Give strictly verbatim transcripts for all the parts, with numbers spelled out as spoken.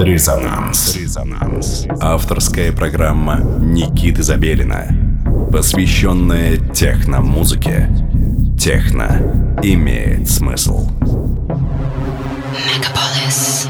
Резонанс. Резонанс. Авторская программа Никиты Забелина, посвященная техно-музыке. Техно имеет смысл. Мегаполис.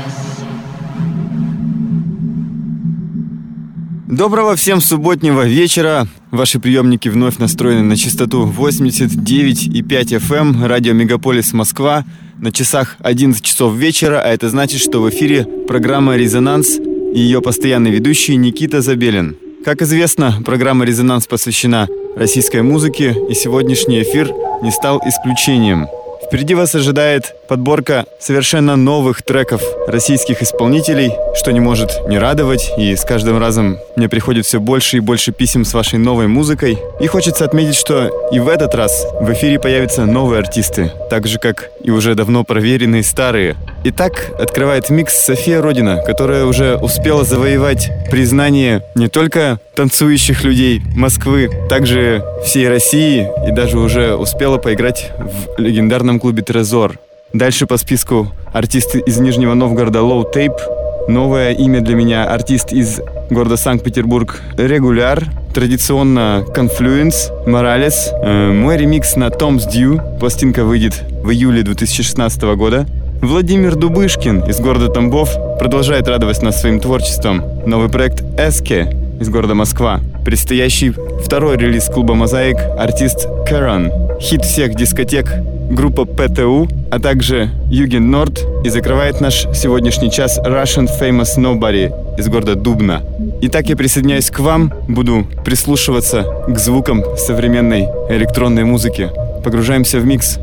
Доброго всем субботнего вечера. Ваши приемники вновь настроены на частоту восемьдесят девять и пять эф эм, радио Мегаполис Москва. На часах одиннадцать часов вечера, а это значит, что в эфире программа «Резонанс» и ее постоянный ведущий Никита Забелин. Как известно, программа «Резонанс» посвящена российской музыке, и сегодняшний эфир не стал исключением. Впереди вас ожидает подборка совершенно новых треков российских исполнителей, что не может не радовать, и с каждым разом мне приходит все больше и больше писем с вашей новой музыкой. И хочется отметить, что и в этот раз в эфире появятся новые артисты, так же, как и уже давно проверенные старые. Итак, открывает микс София Родина, которая уже успела завоевать признание не только танцующих людей Москвы, также всей России, и даже уже успела поиграть в легендарном клубе «Трезор». Дальше по списку артисты из Нижнего Новгорода Low Tape. Новое имя для меня — артист из города Санкт-Петербург Регуляр. Традиционно Confluence, Morales. Э, мой ремикс на Tom's Dew. Пластинка выйдет в июле две тысячи шестнадцатого года. Владимир Дубышкин из города Тамбов продолжает радовать нас своим творчеством. Новый проект Эске из города Москва. Предстоящий второй релиз клуба «Мозаик» артист Кэрон. Хит всех дискотек группа пэ тэ у, а также Юген Норд. И закрывает наш сегодняшний час Russian Famous Nobody из города Дубна. Итак, я присоединяюсь к вам, буду прислушиваться к звукам современной электронной музыки. Погружаемся в микс.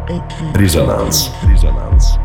Резонанс. Резонанс.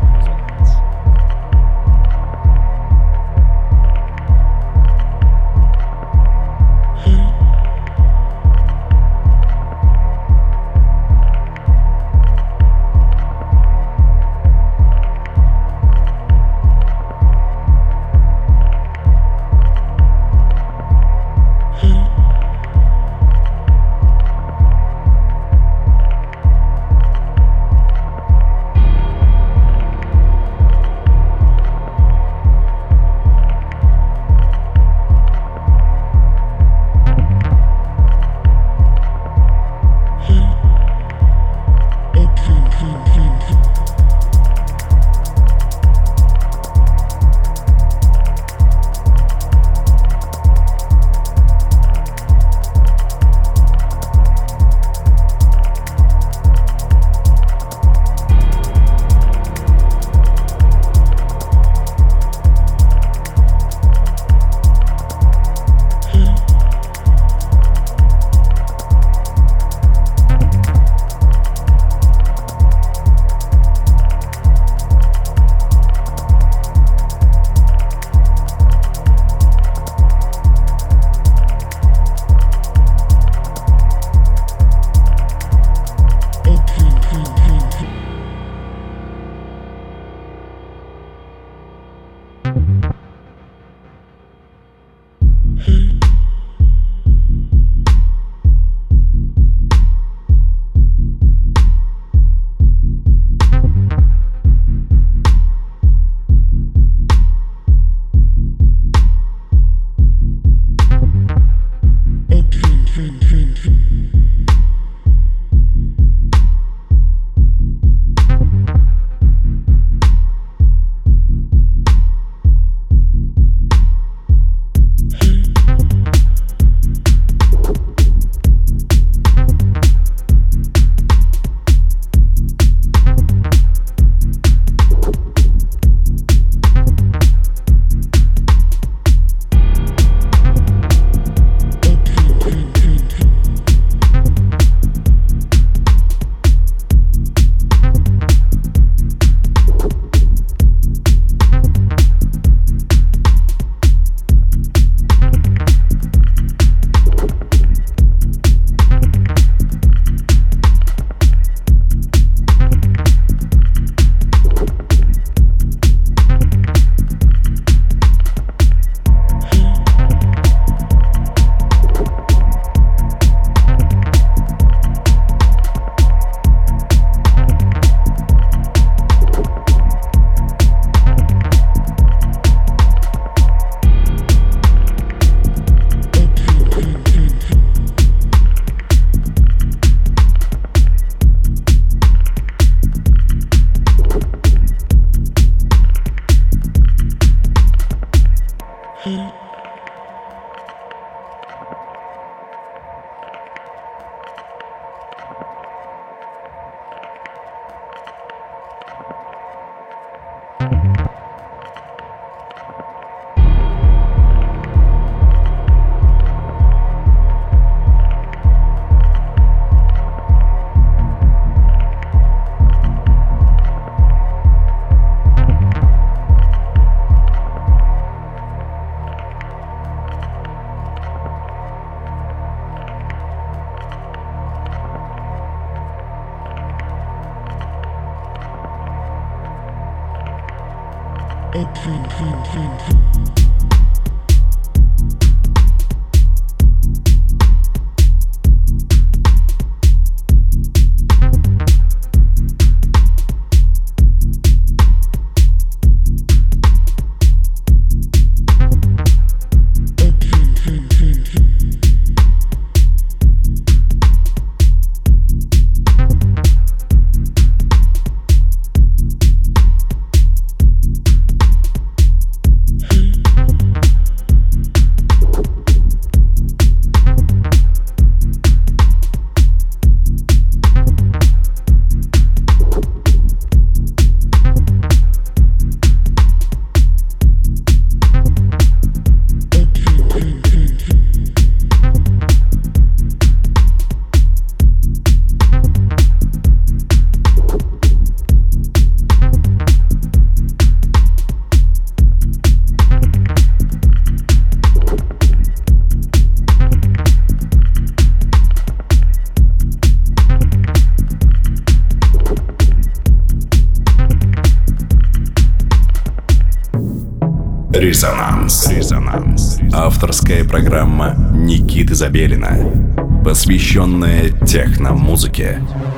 Резонанс. Резонанс. Авторская программа Никиты Забелина, посвященная техно-музыке.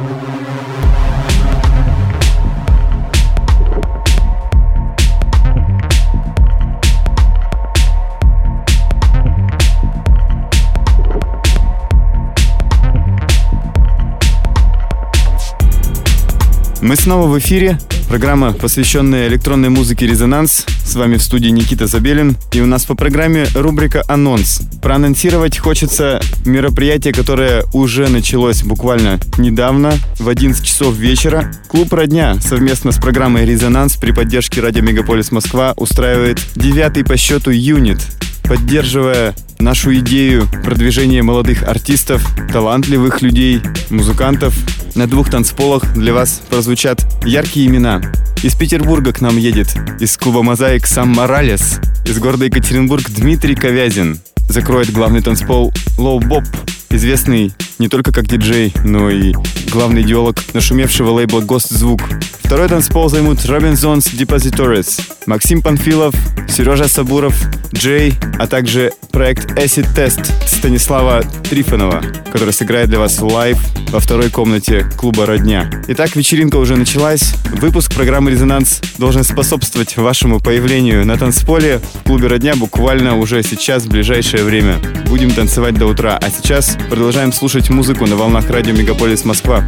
Мы снова в эфире. Программа, посвященная электронной музыке «Резонанс». С вами в студии Никита Забелин. И у нас по программе рубрика «Анонс». Проанонсировать хочется мероприятие, которое уже началось буквально недавно, в одиннадцать часов вечера. Клуб «Родня» совместно с программой «Резонанс» при поддержке радио Мегаполис Москва устраивает девятый по счету юнит, поддерживая нашу идею продвижения молодых артистов, талантливых людей, музыкантов. На двух танцполах для вас прозвучат яркие имена. Из Петербурга к нам едет из клуба «Мозаик» Сам Моралес. Из города Екатеринбург Дмитрий Ковязин. Закроет главный танцпол Лоу Боб, известный не только как диджей, но и главный идеолог нашумевшего лейбла «Гост Звук». Второй танцпол займут Robinson's Depositories, Максим Панфилов, Сережа Сабуров, Джей, а также проект Acid Test Станислава Трифонова, который сыграет для вас лайв во второй комнате клуба «Родня». Итак, вечеринка уже началась. Выпуск программы «Резонанс» должен способствовать вашему появлению на танцполе в клубе «Родня» буквально уже сейчас, в ближайшее время. Будем танцевать до утра. А сейчас продолжаем слушать музыку на волнах радио Мегаполис Москва.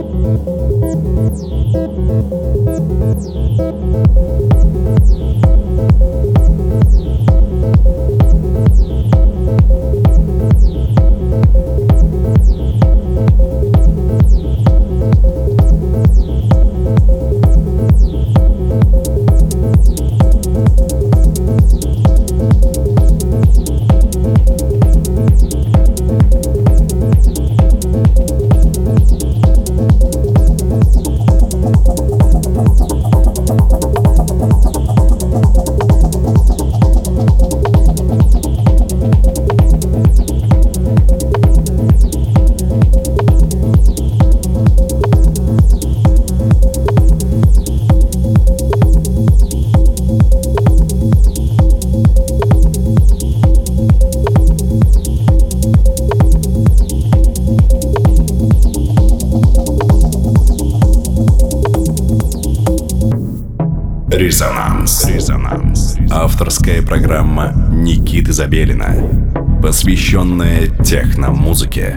Резонанс. Резонанс. Авторская программа Никиты Забелина, посвященная техно-музыке.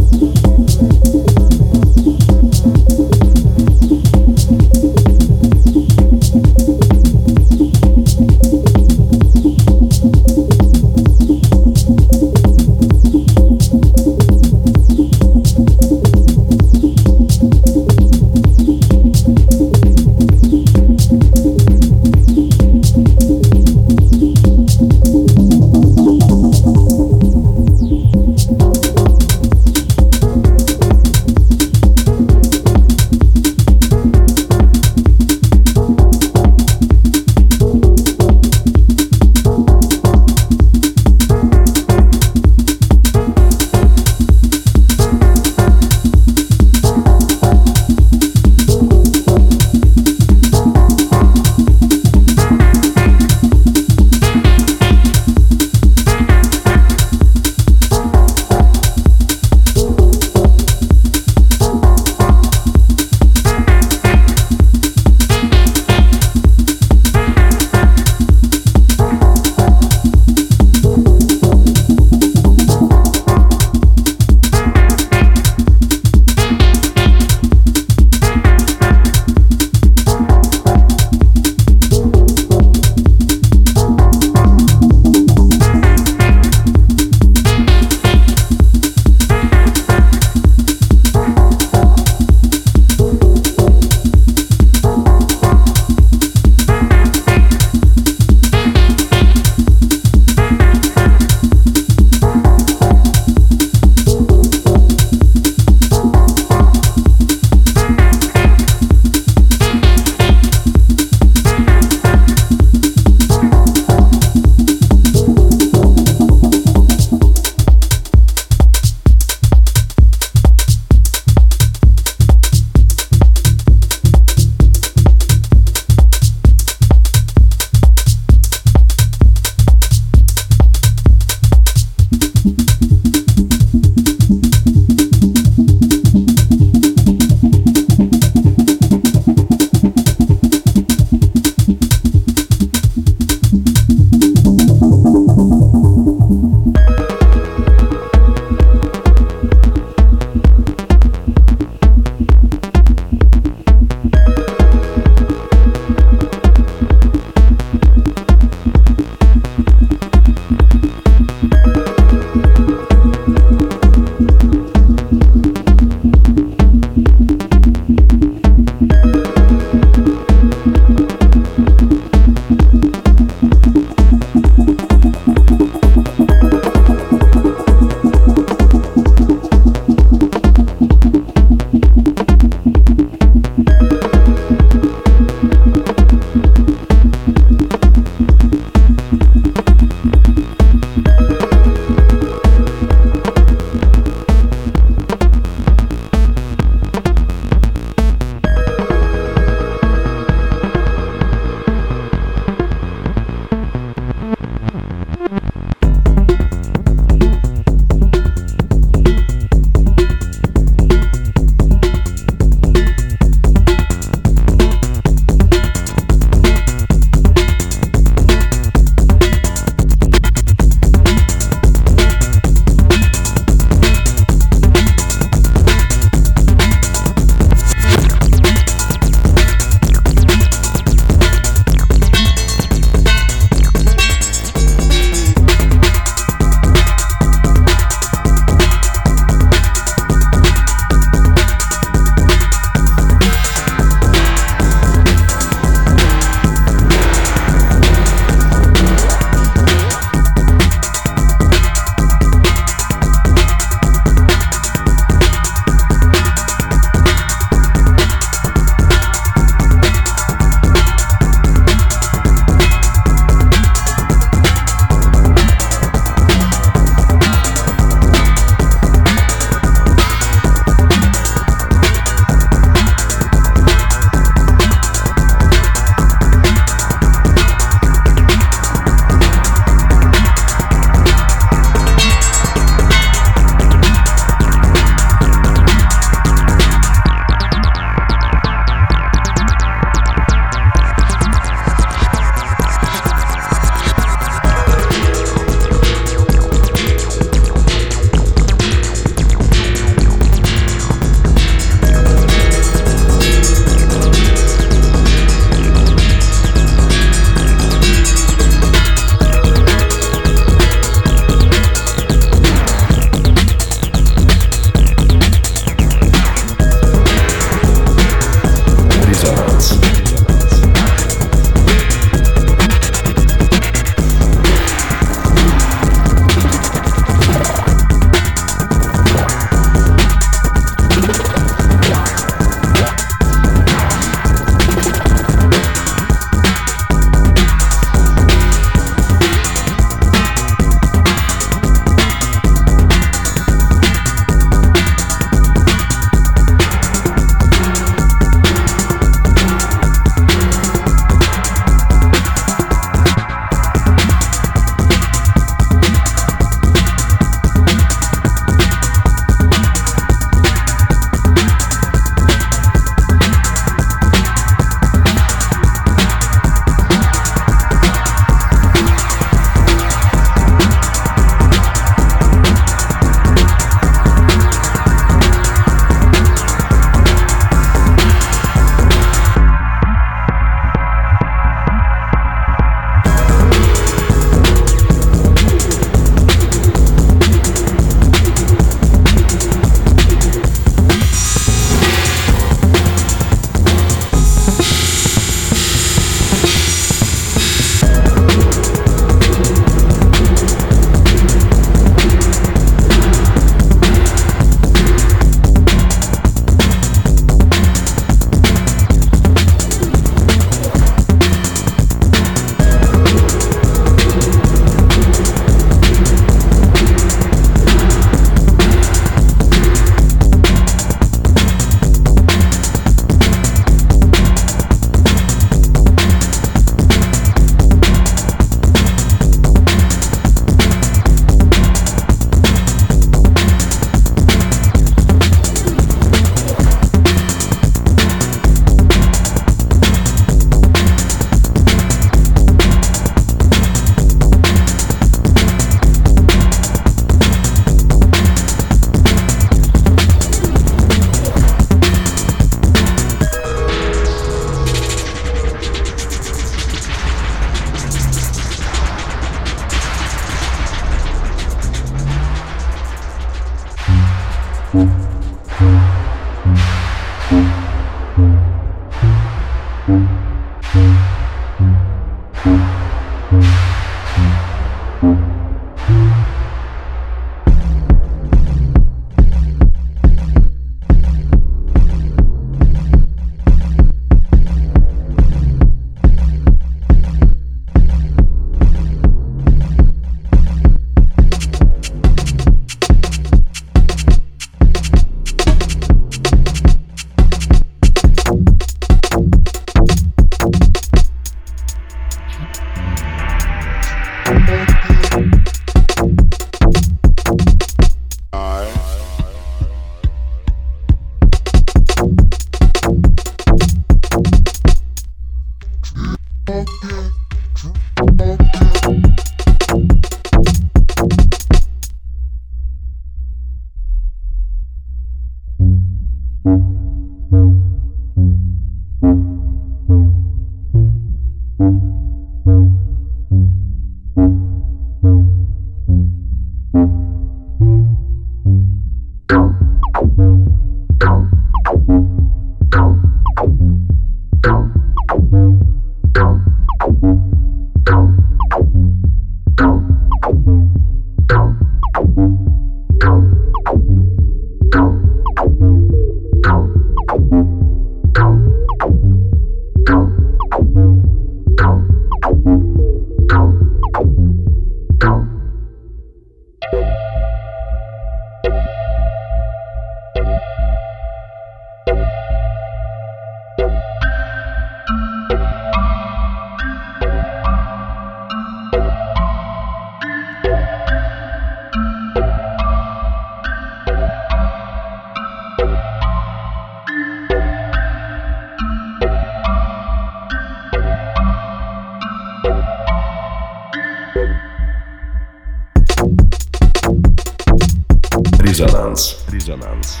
Резонанс. Резонанс.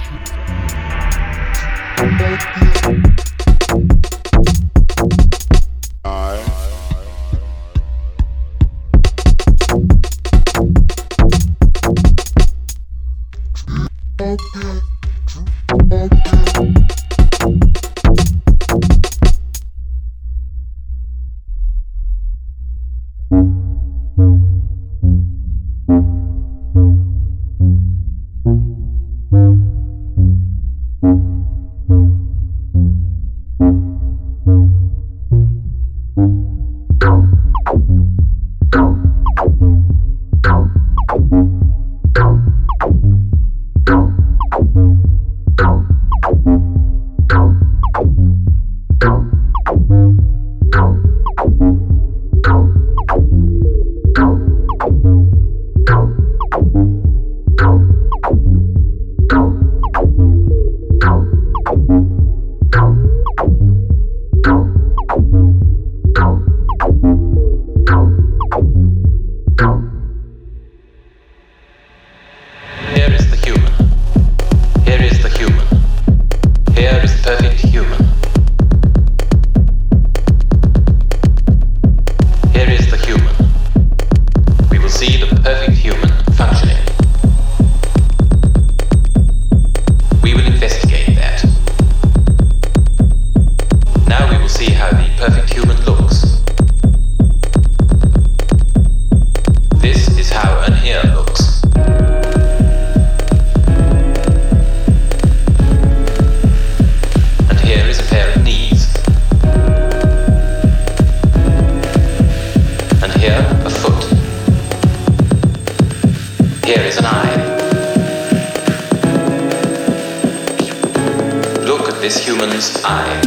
This human's eye.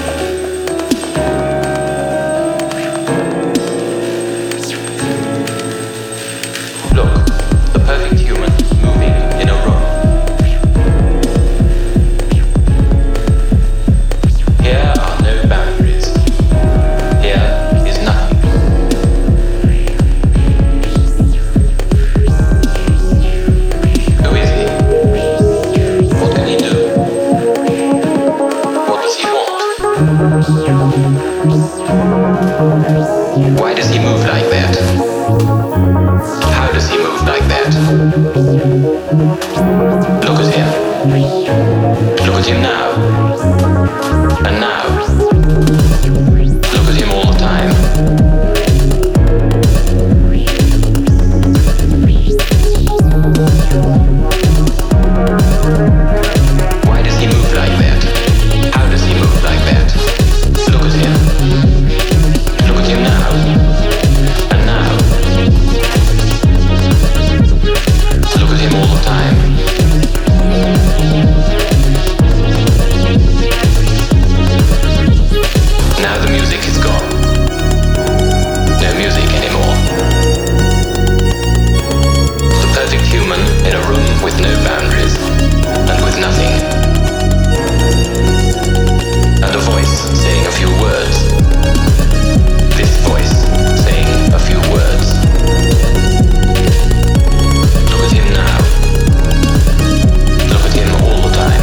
Look, the perfect human moving in a room. Here are no boundaries. Here is nothing. Who is he? What can he do? Why does he move like that? How does he move like that? Look at him. Look at him now. And now. Look at him all the time. Why does he move like that? How does he move like that? Look at him. Look at him now. And now. Look at him all the time. Now the music is gone. No music anymore. The perfect human in a room with no boundaries and with nothing. And a voice saying a few words. This voice saying a few words. Look at him now. Look at him all the time.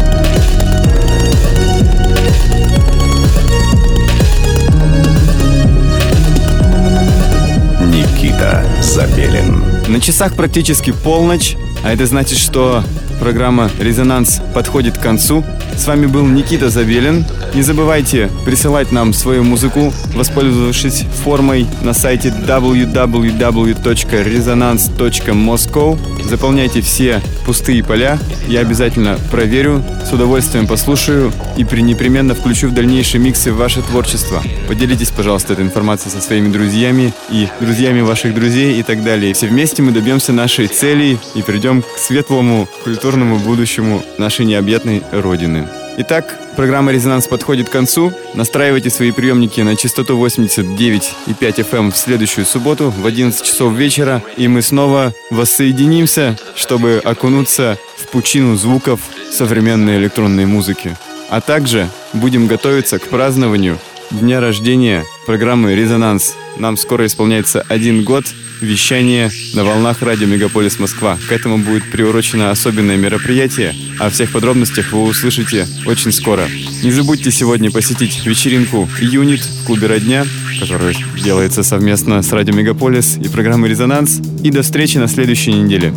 Никита Забелин. На часах практически полночь, а это значит, что программа «Резонанс» подходит к концу. С вами был Никита Забелин. Не забывайте присылать нам свою музыку, воспользовавшись формой на сайте дабл ю дабл ю дабл ю точка резонанс точка москва. Заполняйте все пустые поля. Я обязательно проверю, с удовольствием послушаю и непременно включу в дальнейшие миксы в ваше творчество. Поделитесь, пожалуйста, этой информацией со своими друзьями и друзьями ваших друзей и так далее. Все вместе мы добьемся нашей цели и придем к светлому культурному будущему нашей необъятной Родины. Итак, программа «Резонанс» подходит к концу. Настраивайте свои приемники на частоту восемьдесят девять и пять эф эм в следующую субботу в одиннадцать часов вечера, и мы снова воссоединимся, чтобы окунуться в пучину звуков современной электронной музыки. А также будем готовиться к празднованию дня рождения программы «Резонанс». Нам скоро исполняется один год, вещание на волнах радио Мегаполис Москва. К этому будет приурочено особенное мероприятие. О всех подробностях вы услышите очень скоро. Не забудьте сегодня посетить вечеринку «Юнит» в клубе «Родня», которая делается совместно с радио Мегаполис и программой «Резонанс». И до встречи на следующей неделе.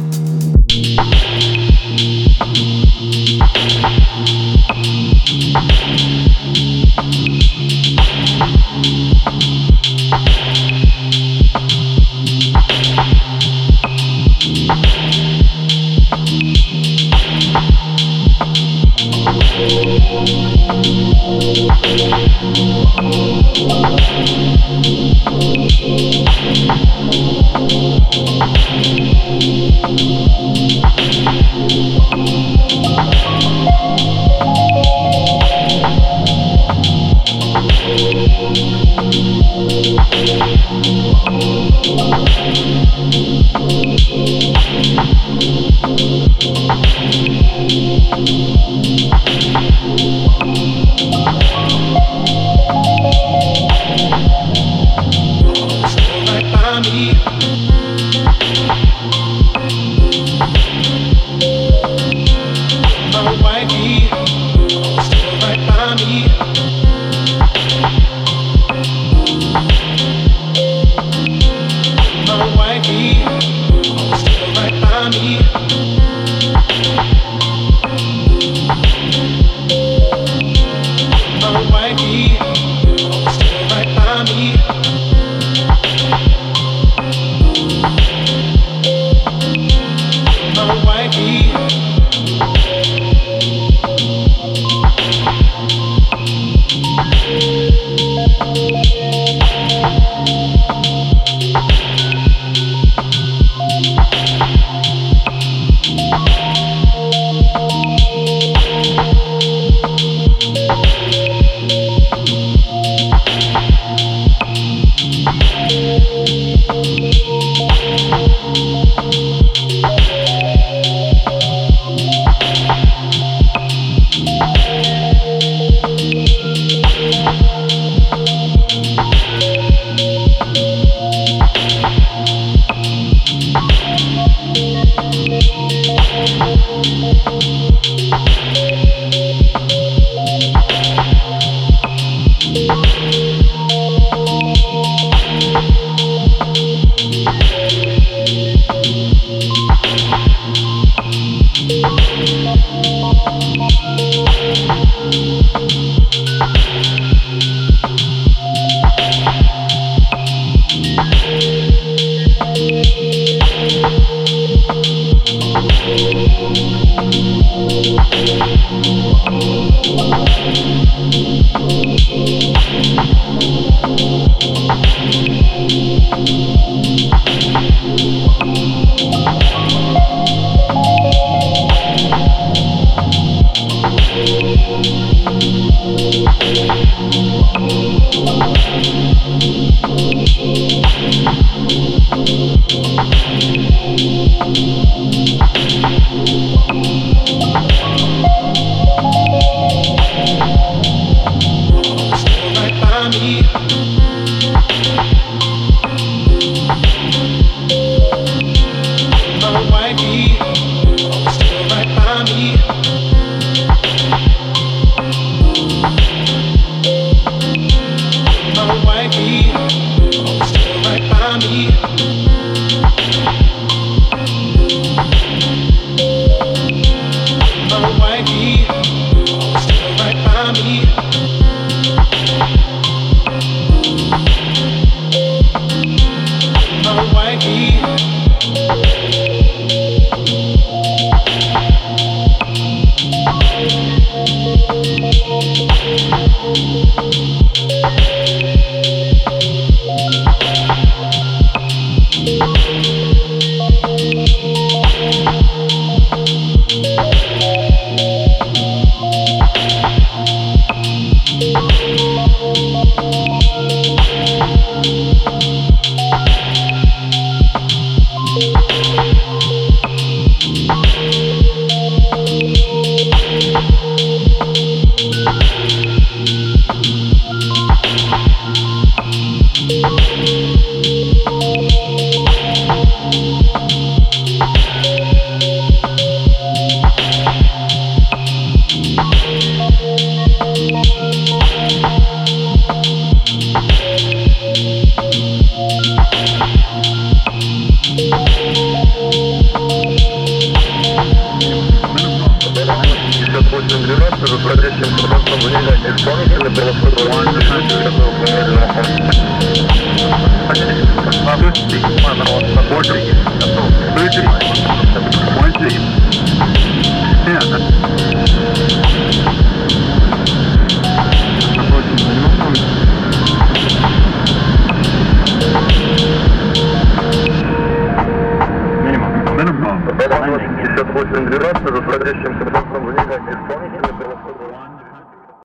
Запад входящим способом выявлять исполнителя было формировано немедленного хода. Спасибо.